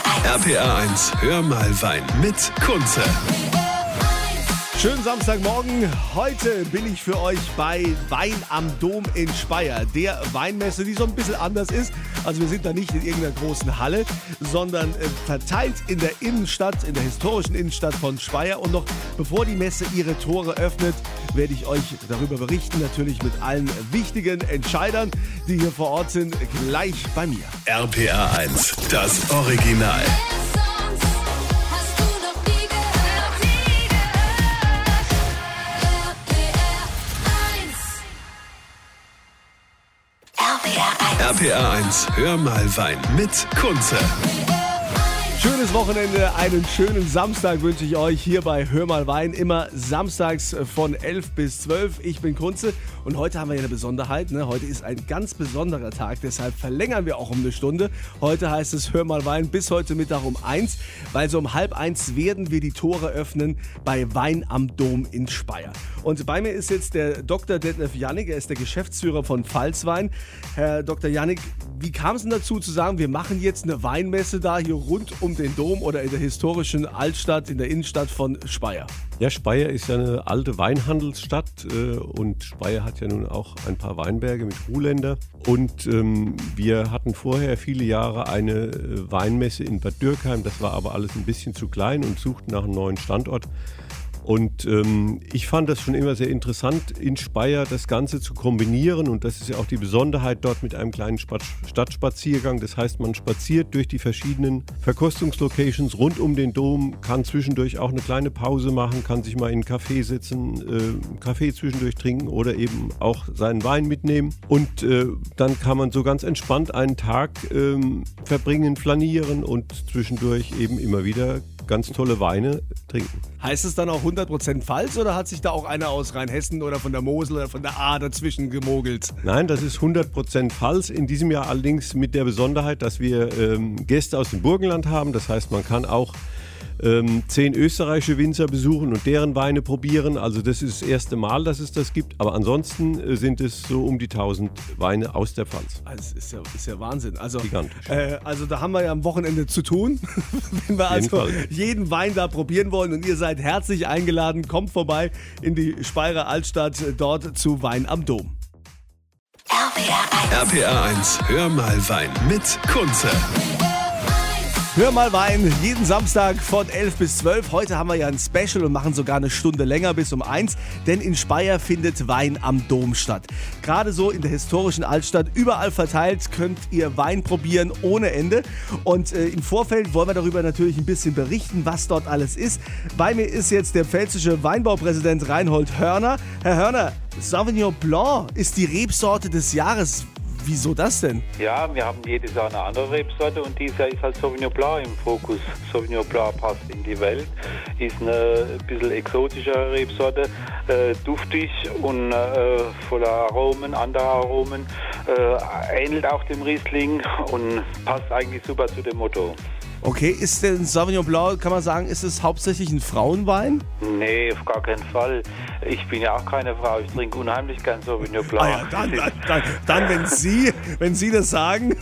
RPR 1, hör mal Wein mit Kunze. Schönen Samstagmorgen. Heute bin ich für euch bei Wein am Dom in Speyer. Der Weinmesse, die so ein bisschen anders ist. Also wir sind da nicht in irgendeiner großen Halle, sondern verteilt in der Innenstadt, in der historischen Innenstadt von Speyer. Und noch bevor die Messe ihre Tore öffnet, werde ich euch darüber berichten. Natürlich mit allen wichtigen Entscheidern, die hier vor Ort sind, gleich bei mir. RPR 1, das Original. RPR 1, hör mal Wein mit Kunze. Schönes Wochenende, einen schönen Samstag wünsche ich euch hier bei Hör mal Wein. Immer samstags von 11 bis 12. Ich bin Kunze und heute haben wir ja eine Besonderheit. Heute ist ein ganz besonderer Tag, deshalb verlängern wir auch um eine Stunde. Heute heißt es Hör mal Wein bis heute Mittag um 1, weil so um 12:30 werden wir die Tore öffnen bei Wein am Dom in Speyer. Und bei mir ist jetzt der Dr. Detlef Jannig, er ist der Geschäftsführer von Pfalzwein. Herr Dr. Jannig, wie kam es denn dazu zu sagen, wir machen jetzt eine Weinmesse da hier rund um den Dom oder in der historischen Altstadt, in der Innenstadt von Speyer? Ja, Speyer ist ja eine alte Weinhandelsstadt und Speyer hat ja nun auch ein paar Weinberge mit Ruhländer. Und wir hatten vorher viele Jahre eine Weinmesse in Bad Dürkheim, das war aber alles ein bisschen zu klein und suchten nach einem neuen Standort. Und ich fand das schon immer sehr interessant, in Speyer das Ganze zu kombinieren. Und das ist ja auch die Besonderheit dort mit einem kleinen Stadtspaziergang. Das heißt, man spaziert durch die verschiedenen Verkostungslocations rund um den Dom, kann zwischendurch auch eine kleine Pause machen, kann sich mal in einen Café setzen, einen Kaffee zwischendurch trinken oder eben auch seinen Wein mitnehmen. Und dann kann man so ganz entspannt einen Tag verbringen, flanieren und zwischendurch eben immer wieder ganz tolle Weine trinken. Heißt es dann auch 100% Pfalz oder hat sich da auch einer aus Rheinhessen oder von der Mosel oder von der Ahr dazwischen gemogelt? Nein, das ist 100% Pfalz. In diesem Jahr allerdings mit der Besonderheit, dass wir Gäste aus dem Burgenland haben. Das heißt, man kann auch 10 österreichische Winzer besuchen und deren Weine probieren. Also das ist das erste Mal, dass es das gibt. Aber ansonsten sind es so um die 1000 Weine aus der Pfalz. Das ist ja Wahnsinn. Also, gigantisch. Also da haben wir ja am Wochenende zu tun, wenn wir also jeden Wein da probieren wollen. Und ihr seid herzlich eingeladen. Kommt vorbei in die Speyerer Altstadt, dort zu Wein am Dom. RPR 1, hör mal Wein mit Kunze. Hör mal Wein, jeden Samstag von 11 bis 12. Heute haben wir ja ein Special und machen sogar eine Stunde länger bis um 1, denn in Speyer findet Wein am Dom statt. Gerade so in der historischen Altstadt, überall verteilt, könnt ihr Wein probieren ohne Ende. Und im Vorfeld wollen wir darüber natürlich ein bisschen berichten, was dort alles ist. Bei mir ist jetzt der pfälzische Weinbaupräsident Reinhold Hörner. Herr Hörner, Sauvignon Blanc ist die Rebsorte des Jahres. Wieso das denn? Ja, wir haben jedes Jahr eine andere Rebsorte und dieses Jahr ist halt Sauvignon Blanc im Fokus. Sauvignon Blanc passt in die Welt, ist eine bisschen exotischere Rebsorte, duftig und voller Aromen, andere Aromen, ähnelt auch dem Riesling und passt eigentlich super zu dem Motto. Okay, ist denn Sauvignon Blanc, kann man sagen, ist es hauptsächlich ein Frauenwein? Nee, auf gar keinen Fall. Ich bin ja auch keine Frau, ich trinke unheimlich gern Sauvignon Blanc. Ah ja, dann wenn Sie das sagen.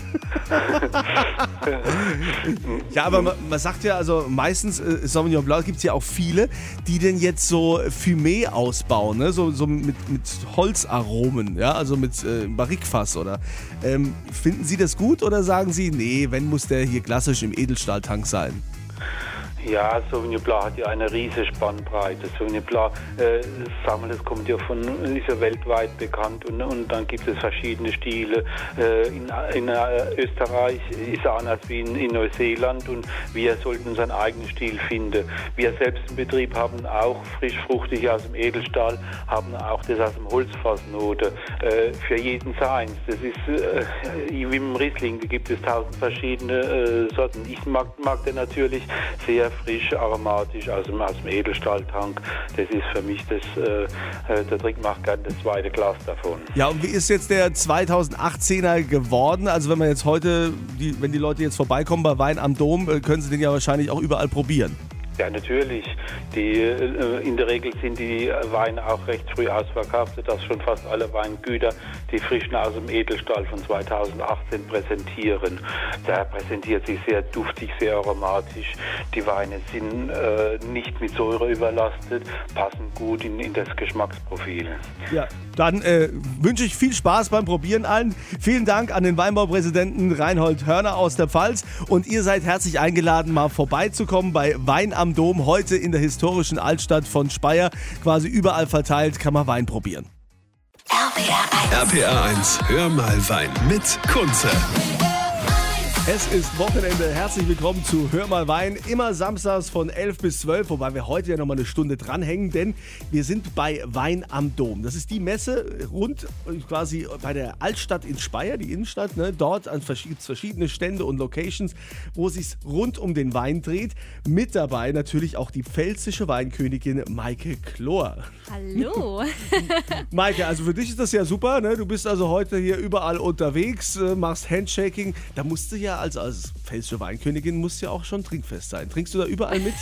Ja, aber man sagt ja, also meistens Sauvignon Blanc gibt es ja auch viele, die denn jetzt so Fumé ausbauen, ne? so mit Holzaromen, ja, also mit Barrikfass oder. Finden Sie das gut oder sagen Sie, nee, wenn muss der hier klassisch im Edelstahltank sein? Ja, Sauvignon Blanc hat ja eine riesige Spannbreite. Sauvignon Blanc, das kommt ja ist ja weltweit bekannt und dann gibt es verschiedene Stile. In Österreich ist er anders wie in Neuseeland und wir sollten unseren eigenen Stil finden. Wir selbst im Betrieb haben auch frisch fruchtig aus dem Edelstahl, haben auch das aus dem Holzfassnote. Für jeden seins. Das ist wie im Riesling, da gibt es 1000 verschiedene Sorten. Ich mag den natürlich sehr frisch, aromatisch aus dem Edelstahltank. Das ist für mich der Trick macht gerne das zweite Glas davon. Ja, und wie ist jetzt der 2018er geworden? Also wenn man jetzt heute, wenn die Leute jetzt vorbeikommen bei Wein am Dom, können sie den ja wahrscheinlich auch überall probieren. Ja, natürlich. In der Regel sind die Weine auch recht früh ausverkauft, sodass schon fast alle Weingüter die Frischen aus dem Edelstahl von 2018 präsentieren. Der präsentiert sich sehr duftig, sehr aromatisch. Die Weine sind nicht mit Säure überlastet, passen gut in das Geschmacksprofil. Ja, dann wünsche ich viel Spaß beim Probieren allen. Vielen Dank an den Weinbaupräsidenten Reinhold Hörner aus der Pfalz. Und ihr seid herzlich eingeladen, mal vorbeizukommen bei Wein am Dom, heute in der historischen Altstadt von Speyer. Quasi überall verteilt kann man Wein probieren. RPA 1, hör mal Wein mit Kunze. Es ist Wochenende. Herzlich willkommen zu Hör mal Wein. Immer samstags von 11 bis 12, wobei wir heute ja nochmal eine Stunde dranhängen, denn wir sind bei Wein am Dom. Das ist die Messe rund quasi bei der Altstadt in Speyer, die Innenstadt. Ne? Dort gibt es verschiedene Stände und Locations, wo es sich rund um den Wein dreht. Mit dabei natürlich auch die pfälzische Weinkönigin Maike Chlor. Hallo. Maike, also für dich ist das ja super. Ne? Du bist also heute hier überall unterwegs, machst Handshaking. Da musst du ja als pfälzische Weinkönigin muss ja auch schon trinkfest sein. Trinkst du da überall mit?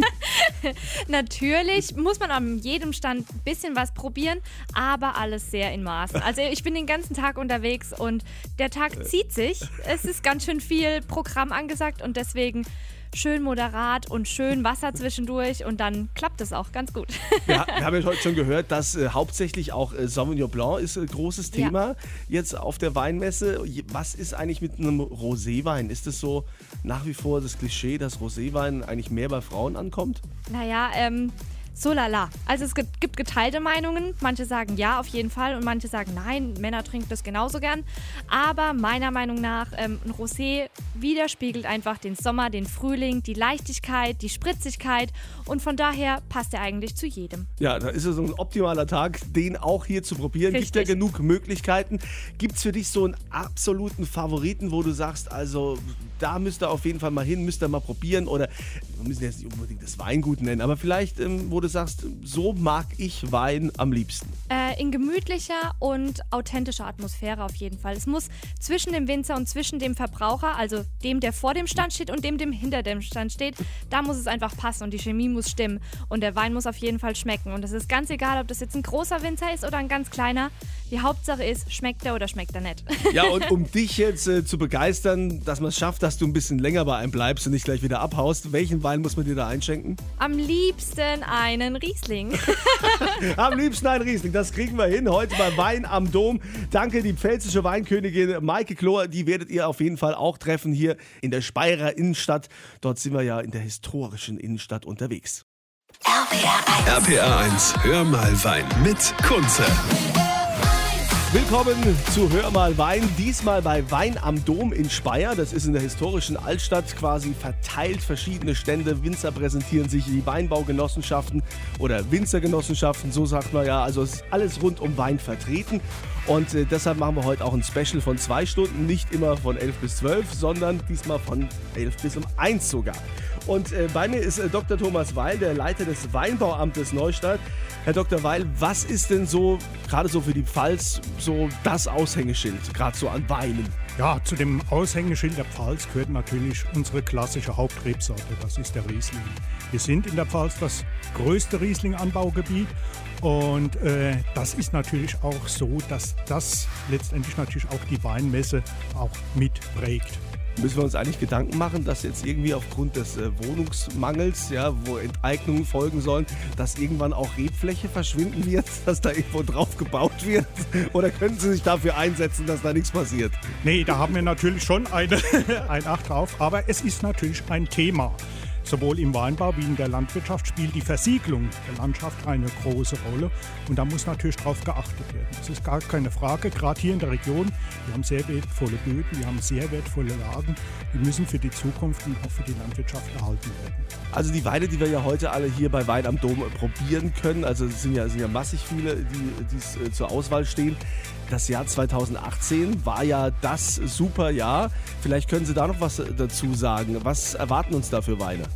Natürlich muss man an jedem Stand ein bisschen was probieren, aber alles sehr in Maßen. Also ich bin den ganzen Tag unterwegs und der Tag zieht sich. Es ist ganz schön viel Programm angesagt und deswegen schön moderat und schön Wasser zwischendurch und dann klappt es auch ganz gut. Ja, wir haben ja heute schon gehört, dass hauptsächlich auch Sauvignon Blanc ist ein großes Thema jetzt auf der Weinmesse. Was ist eigentlich mit einem Roséwein? Ist es so nach wie vor das Klischee, dass Roséwein eigentlich mehr bei Frauen ankommt? Naja, so lala. Also es gibt geteilte Meinungen. Manche sagen ja, auf jeden Fall und manche sagen nein, Männer trinken das genauso gern. Aber meiner Meinung nach, ein Rosé widerspiegelt einfach den Sommer, den Frühling, die Leichtigkeit, die Spritzigkeit und von daher passt er eigentlich zu jedem. Ja, da ist es so ein optimaler Tag, den auch hier zu probieren. Richtig. Gibt ja genug Möglichkeiten. Gibt es für dich so einen absoluten Favoriten, wo du sagst, also da müsst ihr auf jeden Fall mal hin, müsst ihr mal probieren oder wir müssen jetzt nicht unbedingt das Weingut nennen, aber vielleicht, wo du sagst, so mag ich Wein am liebsten? In gemütlicher und authentischer Atmosphäre auf jeden Fall. Es muss zwischen dem Winzer und zwischen dem Verbraucher, also dem, der vor dem Stand steht und dem hinter dem Stand steht, da muss es einfach passen und die Chemie muss stimmen und der Wein muss auf jeden Fall schmecken. Und es ist ganz egal, ob das jetzt ein großer Winzer ist oder ein ganz kleiner. Die Hauptsache ist, schmeckt er oder schmeckt er nicht. Ja, und um dich jetzt zu begeistern, dass man es schafft, dass du ein bisschen länger bei einem bleibst und nicht gleich wieder abhaust, welchen Wein muss man dir da einschenken? Am liebsten einen Riesling. Am liebsten ein Riesling, das kriegen wir hin heute bei Wein am Dom. Danke, die pfälzische Weinkönigin Maike Chlor, die werdet ihr auf jeden Fall auch treffen hier in der Speyerer Innenstadt. Dort sind wir ja in der historischen Innenstadt unterwegs. RPA 1, hör mal Wein mit Kunze. Willkommen zu Hör mal Wein, diesmal bei Wein am Dom in Speyer. Das ist in der historischen Altstadt quasi verteilt, verschiedene Stände. Winzer präsentieren sich, die Weinbaugenossenschaften oder Winzergenossenschaften, so sagt man ja. Also ist alles rund um Wein vertreten. Und deshalb machen wir heute auch ein Special von 2 Stunden, nicht immer von 11 bis 12, sondern diesmal von 11 bis um 1 sogar. Und bei mir ist Dr. Thomas Weil, der Leiter des Weinbauamtes Neustadt. Herr Dr. Weil, was ist denn so, gerade so für die Pfalz, so das Aushängeschild, gerade so an Weinen? Ja, zu dem Aushängeschild der Pfalz gehört natürlich unsere klassische Hauptrebsorte, das ist der Riesling. Wir sind in der Pfalz das größte Riesling-Anbaugebiet und das ist natürlich auch so, dass das letztendlich natürlich auch die Weinmesse auch mitprägt. Müssen wir uns eigentlich Gedanken machen, dass jetzt irgendwie aufgrund des Wohnungsmangels, ja, wo Enteignungen folgen sollen, dass irgendwann auch Rebfläche verschwinden wird, dass da irgendwo drauf gebaut wird? Oder können Sie sich dafür einsetzen, dass da nichts passiert? Nee, da haben wir natürlich schon ein Acht drauf, aber es ist natürlich ein Thema. Sowohl im Weinbau wie in der Landwirtschaft spielt die Versiegelung der Landschaft eine große Rolle und da muss natürlich darauf geachtet werden. Das ist gar keine Frage, gerade hier in der Region, wir haben sehr wertvolle Böden, wir haben sehr wertvolle Lagen, die müssen für die Zukunft und auch für die Landwirtschaft erhalten werden. Also die Weine, die wir ja heute alle hier bei Wein am Dom probieren können, also es sind ja massig viele, die zur Auswahl stehen. Das Jahr 2018 war ja das super Jahr. Vielleicht können Sie da noch was dazu sagen. Was erwarten uns da für Weine?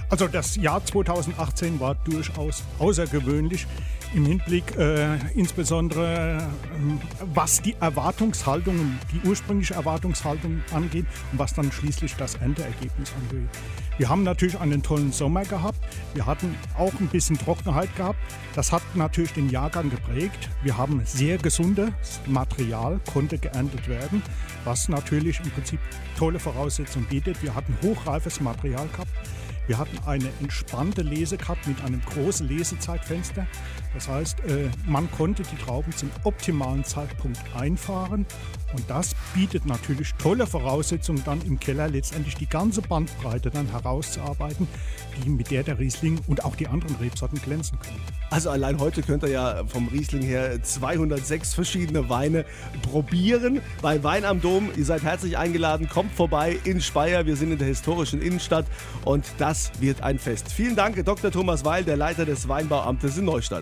Also das Jahr 2018 war durchaus außergewöhnlich im Hinblick insbesondere was die Erwartungshaltung, die ursprüngliche Erwartungshaltung angeht und was dann schließlich das Endergebnis angeht. Wir haben natürlich einen tollen Sommer gehabt, wir hatten auch ein bisschen Trockenheit gehabt, das hat natürlich den Jahrgang geprägt. Wir haben sehr gesundes Material, konnte geerntet werden, was natürlich im Prinzip tolle Voraussetzungen bietet. Wir hatten hochreifes Material gehabt. Wir hatten eine entspannte Lese gehabt mit einem großen Lesezeitfenster. Das heißt, man konnte die Trauben zum optimalen Zeitpunkt einfahren. Und das bietet natürlich tolle Voraussetzungen, dann im Keller letztendlich die ganze Bandbreite dann herauszuarbeiten, mit der der Riesling und auch die anderen Rebsorten glänzen können. Also allein heute könnt ihr ja vom Riesling her 206 verschiedene Weine probieren. Bei Wein am Dom, ihr seid herzlich eingeladen, kommt vorbei in Speyer. Wir sind in der historischen Innenstadt und das wird ein Fest. Vielen Dank, Dr. Thomas Weil, der Leiter des Weinbauamtes in Neustadt.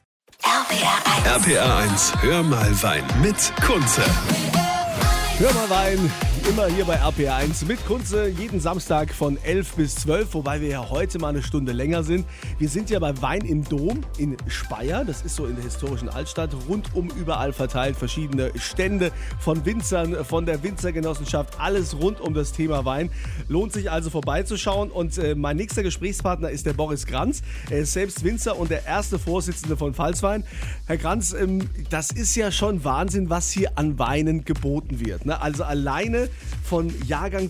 RPR 1, hör mal Wein mit Kunze. Hör mal Wein, immer hier bei RPR 1 mit Kunze, jeden Samstag von 11 bis 12, wobei wir ja heute mal eine Stunde länger sind. Wir sind ja bei Wein im Dom in Speyer, das ist so in der historischen Altstadt, rundum überall verteilt, verschiedene Stände von Winzern, von der Winzergenossenschaft, alles rund um das Thema Wein. Lohnt sich also vorbeizuschauen und mein nächster Gesprächspartner ist der Boris Granz. Er ist selbst Winzer und der erste Vorsitzende von Pfalzwein. Herr Granz, das ist ja schon Wahnsinn, was hier an Weinen geboten wird, ne? Also alleine von Jahrgang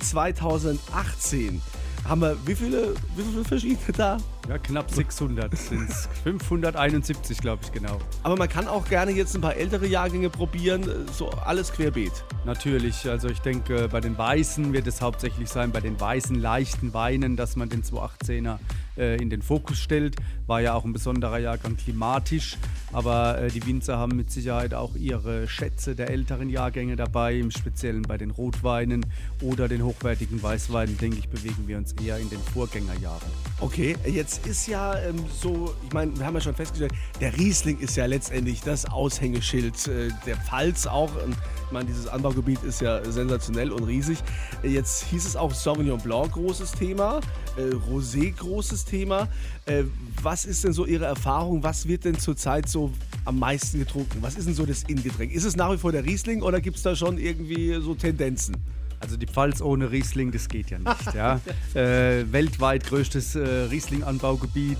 2018 haben wir wie viele verschiedene da? Ja, knapp 600 sind es. 571, glaube ich, genau. Aber man kann auch gerne jetzt ein paar ältere Jahrgänge probieren, so alles querbeet. Natürlich, also ich denke, bei den Weißen wird es hauptsächlich sein, bei den weißen, leichten Weinen, dass man den 218er in den Fokus stellt. War ja auch ein besonderer Jahrgang klimatisch, aber die Winzer haben mit Sicherheit auch ihre Schätze der älteren Jahrgänge dabei, im Speziellen bei den Rotweinen oder den hochwertigen Weißweinen, denke ich, bewegen wir uns eher in den Vorgängerjahren. Okay, jetzt ist ja so, ich meine, wir haben ja schon festgestellt, der Riesling ist ja letztendlich das Aushängeschild der Pfalz auch. Ich meine, dieses Anbaugebiet ist ja sensationell und riesig. Jetzt hieß es auch Sauvignon Blanc, großes Thema, Rosé, großes Thema. Was ist denn so Ihre Erfahrung? Was wird denn zurzeit so am meisten getrunken? Was ist denn so das Innengetränk? Ist es nach wie vor der Riesling oder gibt es da schon irgendwie so Tendenzen? Also die Pfalz ohne Riesling, das geht ja nicht. Ja? Weltweit größtes Riesling-Anbaugebiet,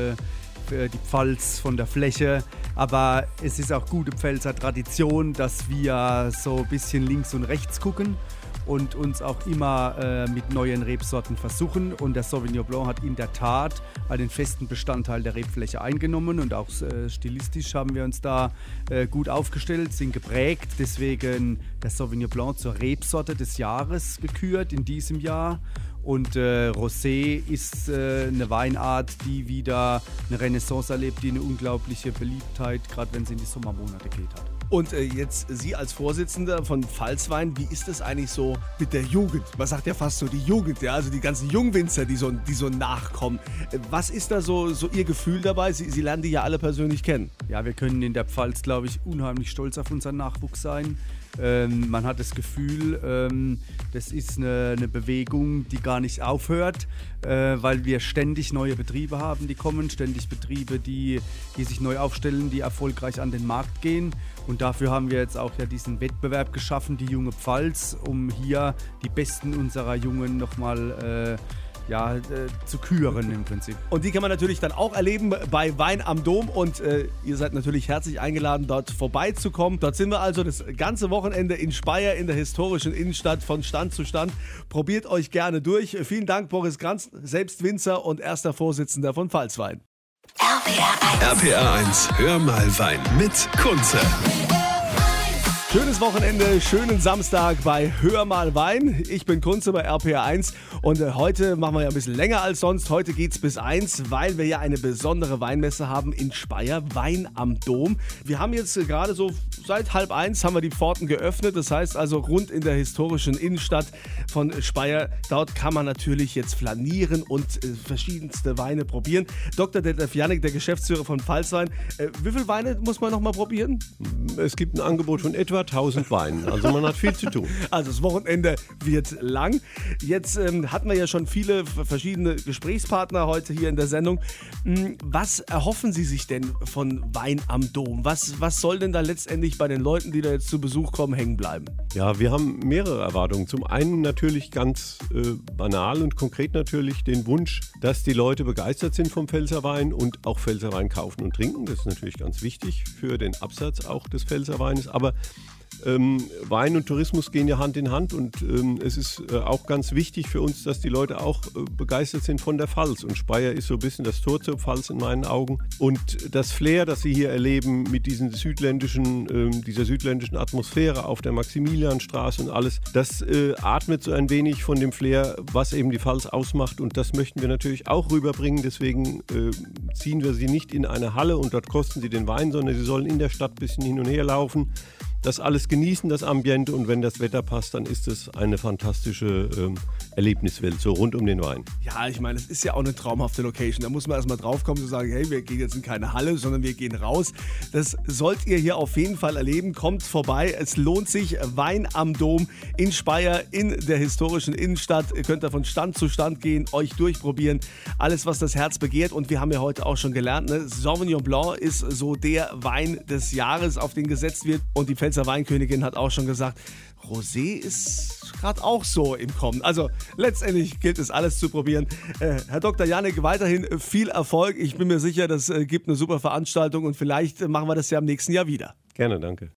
die Pfalz von der Fläche. Aber es ist auch gute Pfälzer Tradition, dass wir so ein bisschen links und rechts gucken und uns auch immer mit neuen Rebsorten versuchen. Und der Sauvignon Blanc hat in der Tat einen festen Bestandteil der Rebfläche eingenommen und auch stilistisch haben wir uns da gut aufgestellt, sind geprägt. Deswegen der Sauvignon Blanc zur Rebsorte des Jahres gekürt in diesem Jahr. Und Rosé ist eine Weinart, die wieder eine Renaissance erlebt, die eine unglaubliche Beliebtheit, gerade wenn es in die Sommermonate geht, hat. Und jetzt Sie als Vorsitzender von Pfalzwein, wie ist es eigentlich so mit der Jugend? Man sagt ja fast so die Jugend, ja, also die ganzen Jungwinzer, die so nachkommen. Was ist da so Ihr Gefühl dabei? Sie lernen die ja alle persönlich kennen. Ja, wir können in der Pfalz, glaube ich, unheimlich stolz auf unseren Nachwuchs sein. Man hat das Gefühl, das ist eine Bewegung, die gar nicht aufhört, weil wir ständig neue Betriebe haben, die kommen, ständig Betriebe, die sich neu aufstellen, die erfolgreich an den Markt gehen. Und dafür haben wir jetzt auch ja diesen Wettbewerb geschaffen, die junge Pfalz, um hier die Besten unserer Jungen nochmal zu küren im Prinzip. Und die kann man natürlich dann auch erleben bei Wein am Dom und ihr seid natürlich herzlich eingeladen, dort vorbeizukommen. Dort sind wir also das ganze Wochenende in Speyer in der historischen Innenstadt von Stand zu Stand. Probiert euch gerne durch. Vielen Dank, Boris Granz, selbst Winzer und erster Vorsitzender von Pfalzwein. RPR 1, hör mal Wein mit Kunze. Schönes Wochenende, schönen Samstag bei Hör mal Wein. Ich bin Kunze bei RPR 1 und heute machen wir ja ein bisschen länger als sonst. Heute geht's bis 1, weil wir ja eine besondere Weinmesse haben in Speyer, Wein am Dom. Wir haben jetzt gerade so seit 12:30 haben wir die Pforten geöffnet. Das heißt also rund in der historischen Innenstadt von Speyer. Dort kann man natürlich jetzt flanieren und verschiedenste Weine probieren. Dr. Detlef Jannik, der Geschäftsführer von Pfalzwein. Wie viele Weine muss man noch mal probieren? Es gibt ein Angebot von etwa über 1000 Weinen. Also man hat viel zu tun. Also das Wochenende wird lang. Jetzt hatten wir ja schon viele verschiedene Gesprächspartner heute hier in der Sendung. Was erhoffen Sie sich denn von Wein am Dom? Was soll denn da letztendlich bei den Leuten, die da jetzt zu Besuch kommen, hängen bleiben? Ja, wir haben mehrere Erwartungen. Zum einen natürlich ganz banal und konkret natürlich den Wunsch, dass die Leute begeistert sind vom Pfälzerwein und auch Pfälzerwein kaufen und trinken. Das ist natürlich ganz wichtig für den Absatz auch des Pfälzerweines. Aber Wein und Tourismus gehen ja Hand in Hand und es ist auch ganz wichtig für uns, dass die Leute auch begeistert sind von der Pfalz. Und Speyer ist so ein bisschen das Tor zur Pfalz in meinen Augen. Und das Flair, das sie hier erleben mit dieser südländischen Atmosphäre auf der Maximilianstraße und alles, das atmet so ein wenig von dem Flair, was eben die Pfalz ausmacht. Und das möchten wir natürlich auch rüberbringen. Deswegen ziehen wir sie nicht in eine Halle und dort kosten sie den Wein, sondern sie sollen in der Stadt ein bisschen hin und her laufen. Das alles genießen, das Ambiente, und wenn das Wetter passt, dann ist es eine fantastische Erlebniswelt, so rund um den Wein. Ja, ich meine, es ist ja auch eine traumhafte Location. Da muss man erstmal drauf kommen und sagen, hey, wir gehen jetzt in keine Halle, sondern wir gehen raus. Das sollt ihr hier auf jeden Fall erleben. Kommt vorbei, es lohnt sich. Wein am Dom in Speyer, in der historischen Innenstadt. Ihr könnt da von Stand zu Stand gehen, euch durchprobieren. Alles, was das Herz begehrt. Und wir haben ja heute auch schon gelernt, ne? Sauvignon Blanc ist so der Wein des Jahres, auf den gesetzt wird. Und die Pfälzer Weinkönigin hat auch schon gesagt, Rosé ist gerade auch so im Kommen. Also letztendlich gilt es, alles zu probieren. Herr Dr. Janek, weiterhin viel Erfolg. Ich bin mir sicher, das gibt eine super Veranstaltung und vielleicht machen wir das ja im nächsten Jahr wieder. Gerne, danke.